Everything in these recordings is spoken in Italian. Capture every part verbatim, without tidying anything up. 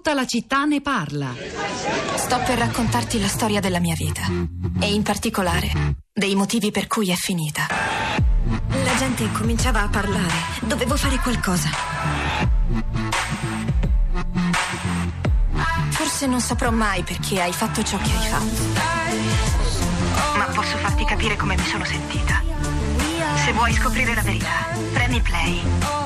Tutta la città ne parla. Sto per raccontarti la storia della mia vita e in particolare dei motivi per cui è finita. La gente cominciava a parlare. Dovevo fare qualcosa. Forse non saprò mai perché hai fatto ciò che hai fatto, ma posso farti capire come mi sono sentita. Se vuoi scoprire la verità, premi play.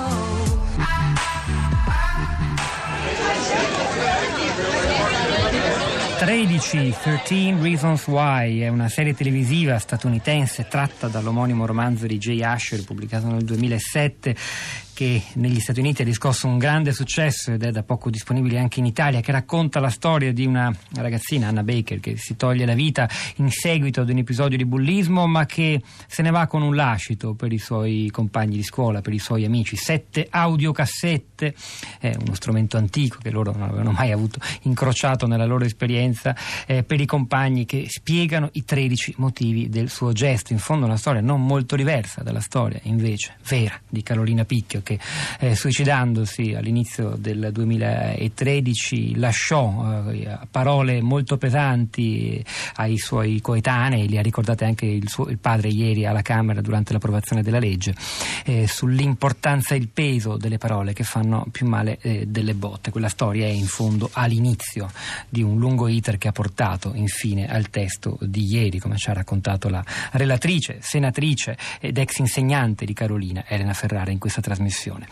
tredici, tredici Reasons Why è una serie televisiva statunitense tratta dall'omonimo romanzo di Jay Asher pubblicato nel duemilasette, che negli Stati Uniti ha riscosso un grande successo ed è da poco disponibile anche in Italia, che racconta la storia di una ragazzina, Hannah Baker, che si toglie la vita in seguito ad un episodio di bullismo, ma che se ne va con un lascito per i suoi compagni di scuola, per i suoi amici. Sette audiocassette, è uno strumento antico che loro non avevano mai avuto incrociato nella loro esperienza, eh, per i compagni, che spiegano i tredici motivi del suo gesto. In fondo una storia non molto diversa dalla storia invece vera di Carolina Picchio, che eh, suicidandosi all'inizio del duemilatredici lasciò eh, parole molto pesanti ai suoi coetanei, li ha ricordate anche il, suo, il padre ieri alla Camera durante l'approvazione della legge, eh, sull'importanza e il peso delle parole che fanno più male eh, delle botte. Quella storia è in fondo all'inizio di un lungo iter che ha portato infine al testo di ieri, come ci ha raccontato la relatrice, senatrice ed ex insegnante di Carolina, Elena Ferrara, in questa trasmissione.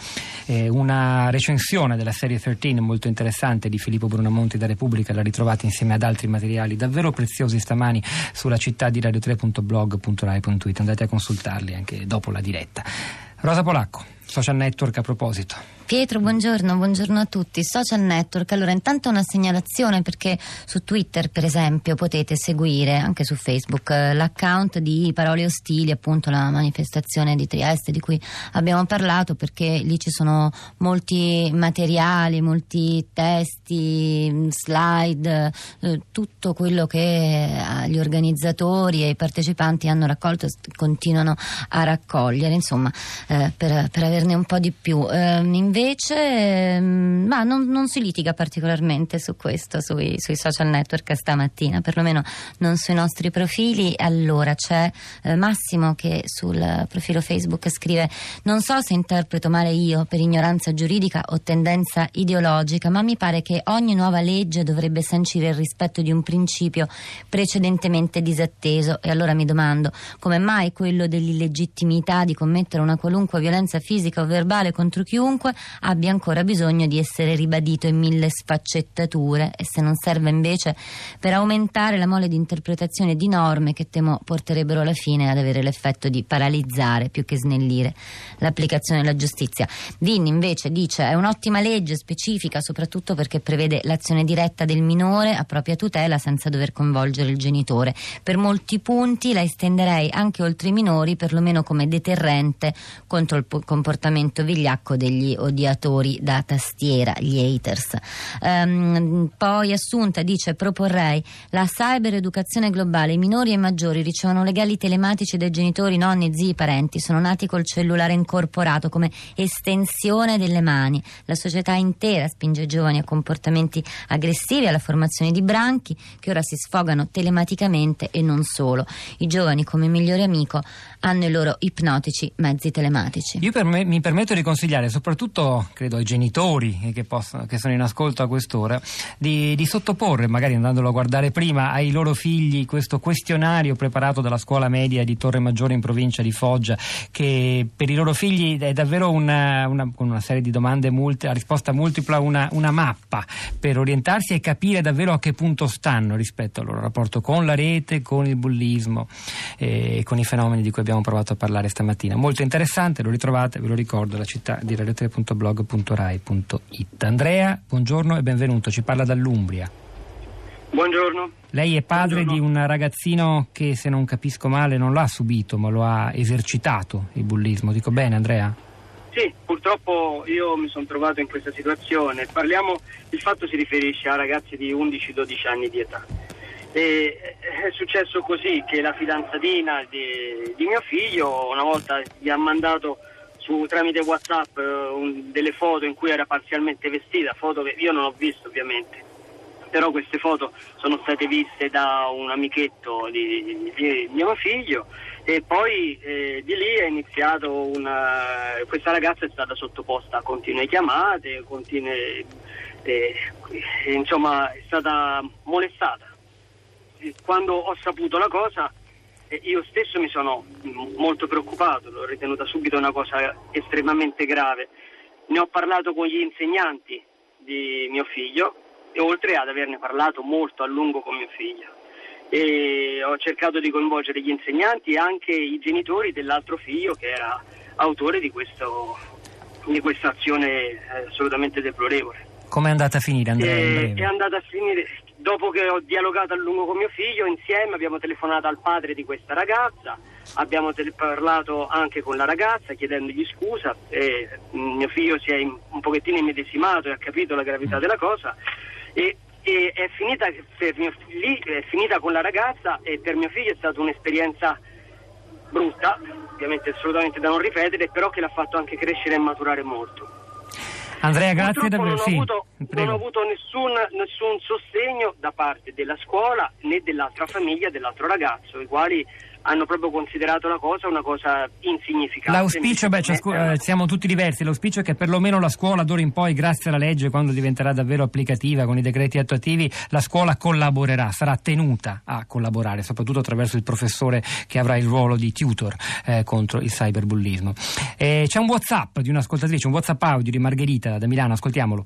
Eh, una recensione della serie tredici molto interessante di Filippo Brunamonti da Repubblica, la ritrovate insieme ad altri materiali davvero preziosi stamani sulla città di radio tre punto blog punto rai punto it. Andate a consultarli anche dopo la diretta. Rosa Polacco, Social Network a proposito. Pietro, buongiorno, buongiorno a tutti. Social Network, allora intanto una segnalazione, perché su Twitter per esempio potete seguire, anche su Facebook, l'account di Parole Ostili, appunto la manifestazione di Trieste di cui abbiamo parlato, perché lì ci sono molti materiali, molti testi, slide, eh, tutto quello che gli organizzatori e i partecipanti hanno raccolto e continuano a raccogliere, insomma, eh, per, per averne un po' di più. Eh, Invece, ma non, non si litiga particolarmente su questo, sui, sui social network stamattina, perlomeno non sui nostri profili. Allora c'è eh, Massimo che sul profilo Facebook scrive: non so se interpreto male io per ignoranza giuridica o tendenza ideologica, ma mi pare che ogni nuova legge dovrebbe sancire il rispetto di un principio precedentemente disatteso, e allora mi domando come mai quello dell'illegittimità di commettere una qualunque violenza fisica o verbale contro chiunque abbia ancora bisogno di essere ribadito in mille sfaccettature, e se non serve invece per aumentare la mole di interpretazione di norme che temo porterebbero alla fine ad avere l'effetto di paralizzare più che snellire l'applicazione della giustizia. Vinni invece dice: è un'ottima legge specifica, soprattutto perché prevede l'azione diretta del minore a propria tutela senza dover coinvolgere il genitore. Per molti punti la estenderei anche oltre i minori, perlomeno come deterrente contro il comportamento vigliacco degli odiatori da tastiera, gli haters. Um, poi Assunta dice: proporrei la cyber educazione globale. I minori e i maggiori ricevono legali telematici dai genitori, nonni, zii, parenti, sono nati col cellulare incorporato come estensione delle mani. La società intera spinge i giovani a comportamenti aggressivi, alla formazione di branchi che ora si sfogano telematicamente, e non solo. I giovani come migliore amico hanno i loro ipnotici mezzi telematici. Io per me, mi permetto di consigliare soprattutto, credo, ai genitori che, possono, che sono in ascolto a quest'ora, di, di sottoporre, magari andandolo a guardare prima, ai loro figli questo questionario preparato dalla scuola media di Torre Maggiore in provincia di Foggia, che per i loro figli è davvero una, una, una serie di domande multi, a risposta multipla, una, una mappa per orientarsi e capire davvero a che punto stanno rispetto al loro rapporto con la rete, con il bullismo e con i fenomeni di cui abbiamo provato a parlare stamattina. Molto interessante, lo ritrovate, ve lo ricordo, la città di radio tre punto blog punto rai punto it. Andrea, buongiorno e benvenuto, ci parla dall'Umbria. Buongiorno. Lei è padre Buongiorno. di un ragazzino che, se non capisco male, non l'ha subito, ma lo ha esercitato il bullismo. Dico bene, Andrea? Sì, purtroppo io mi sono trovato in questa situazione. Parliamo, il fatto si riferisce a ragazzi di undici dodici anni di età. E è successo così, che la fidanzatina di, di mio figlio una volta gli ha mandato su, tramite WhatsApp uh, un, delle foto in cui era parzialmente vestita, foto che io non ho visto ovviamente, però queste foto sono state viste da un amichetto di, di, di mio figlio, e poi eh, di lì è iniziato una... questa ragazza è stata sottoposta a continue chiamate, continue, eh, insomma è stata molestata. Quando ho saputo la cosa eh, io stesso mi sono molto preoccupato, l'ho ritenuta subito una cosa estremamente grave. Ne ho parlato con gli insegnanti di mio figlio, e oltre ad averne parlato molto a lungo con mio figlio, e ho cercato di coinvolgere gli insegnanti e anche i genitori dell'altro figlio che era autore di questo di questa azione eh, assolutamente deplorevole. Come è andata a finire, Andrea? E, è andata a finire dopo che ho dialogato a lungo con mio figlio, insieme abbiamo telefonato al padre di questa ragazza, abbiamo tele- parlato anche con la ragazza chiedendogli scusa, e mh, mio figlio si è in, un pochettino immedesimato e ha capito la gravità della cosa, e E è finita per mio, lì è finita con la ragazza, e per mio figlio è stata un'esperienza brutta, ovviamente assolutamente da non ripetere, però che l'ha fatto anche crescere e maturare molto. Andrea, grazie davvero. Non ho sì, avuto, non ho avuto nessun, nessun sostegno da parte della scuola né dell'altra famiglia dell'altro ragazzo, i quali hanno proprio considerato la cosa una cosa insignificante. L'auspicio, beh, ciascu- eh, siamo tutti diversi, l'auspicio è che perlomeno la scuola d'ora in poi, grazie alla legge, quando diventerà davvero applicativa con i decreti attuativi, la scuola collaborerà, sarà tenuta a collaborare, soprattutto attraverso il professore che avrà il ruolo di tutor eh, contro il cyberbullismo. Eh, c'è un WhatsApp di un'ascoltatrice, un WhatsApp audio di Margherita da Milano, ascoltiamolo.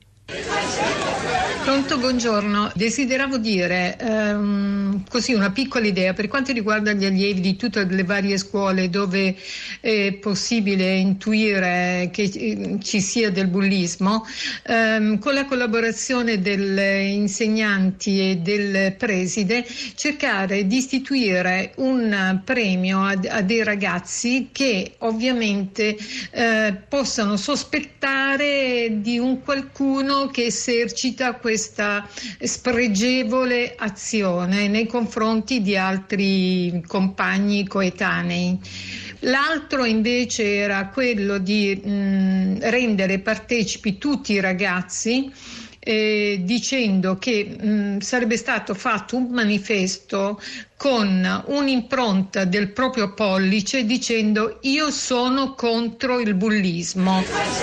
Pronto, buongiorno. Desideravo dire ehm, così una piccola idea per quanto riguarda gli allievi di tutte le varie scuole dove è possibile intuire che ci sia del bullismo, ehm, con la collaborazione degli insegnanti e del preside, cercare di istituire un premio a, a dei ragazzi che ovviamente eh, possano sospettare di un qualcuno che esercita questo questa spregevole azione nei confronti di altri compagni coetanei. L'altro invece era quello di mh, rendere partecipi tutti i ragazzi, eh, dicendo che mh, sarebbe stato fatto un manifesto con un'impronta del proprio pollice dicendo: io sono contro il bullismo.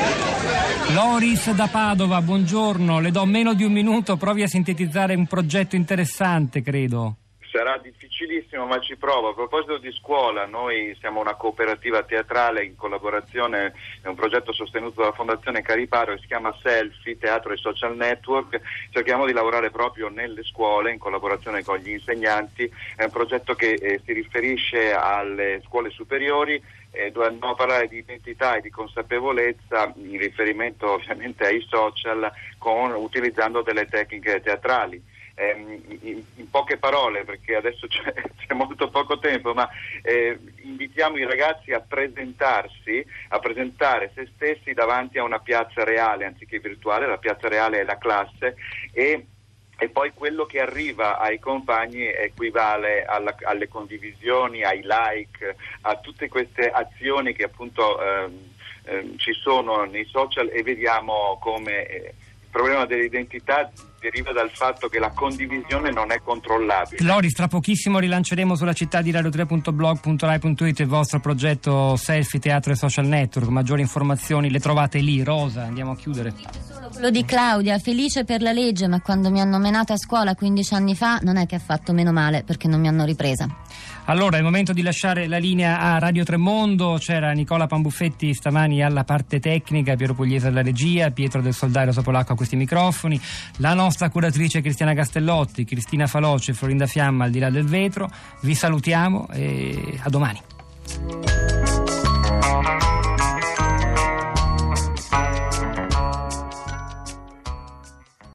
Loris da Padova, buongiorno, le do meno di un minuto, provi a sintetizzare un progetto interessante, credo. Sarà difficilissimo, ma ci provo. A proposito di scuola, noi siamo una cooperativa teatrale in collaborazione, è un progetto sostenuto dalla Fondazione Cariparo che si chiama Selfie, Teatro e Social Network. Cerchiamo di lavorare proprio nelle scuole in collaborazione con gli insegnanti. È un progetto che eh, si riferisce alle scuole superiori, eh, dove andiamo a parlare di identità e di consapevolezza in riferimento ovviamente ai social, con, utilizzando delle tecniche teatrali. Eh, in, in poche parole, perché adesso c'è, c'è molto poco tempo, ma eh, invitiamo i ragazzi a presentarsi, a presentare se stessi davanti a una piazza reale anziché virtuale. La piazza reale è la classe, e e poi quello che arriva ai compagni equivale alla, alle condivisioni, ai like, a tutte queste azioni che appunto eh, eh, ci sono nei social, e vediamo come eh, il problema dell'identità deriva dal fatto che la condivisione non è controllabile. Loris, tra pochissimo rilanceremo sulla città di radio tre punto blog punto rai punto it il vostro progetto Selfie, Teatro e Social Network. Maggiori informazioni le trovate lì. Rosa, andiamo a chiudere. Quello di Claudia, felice per la legge, ma quando mi hanno menata a scuola quindici anni fa non è che ha fatto meno male, perché non mi hanno ripresa. Allora è il momento di lasciare la linea a Radio Tremondo. C'era Nicola Pambuffetti stamani alla parte tecnica, Piero Pugliese alla regia, Pietro del Soldario Sopolacco a questi microfoni, la nostra curatrice Cristiana Castellotti, Cristina Faloce e Florinda Fiamma al di là del vetro. Vi salutiamo e a domani.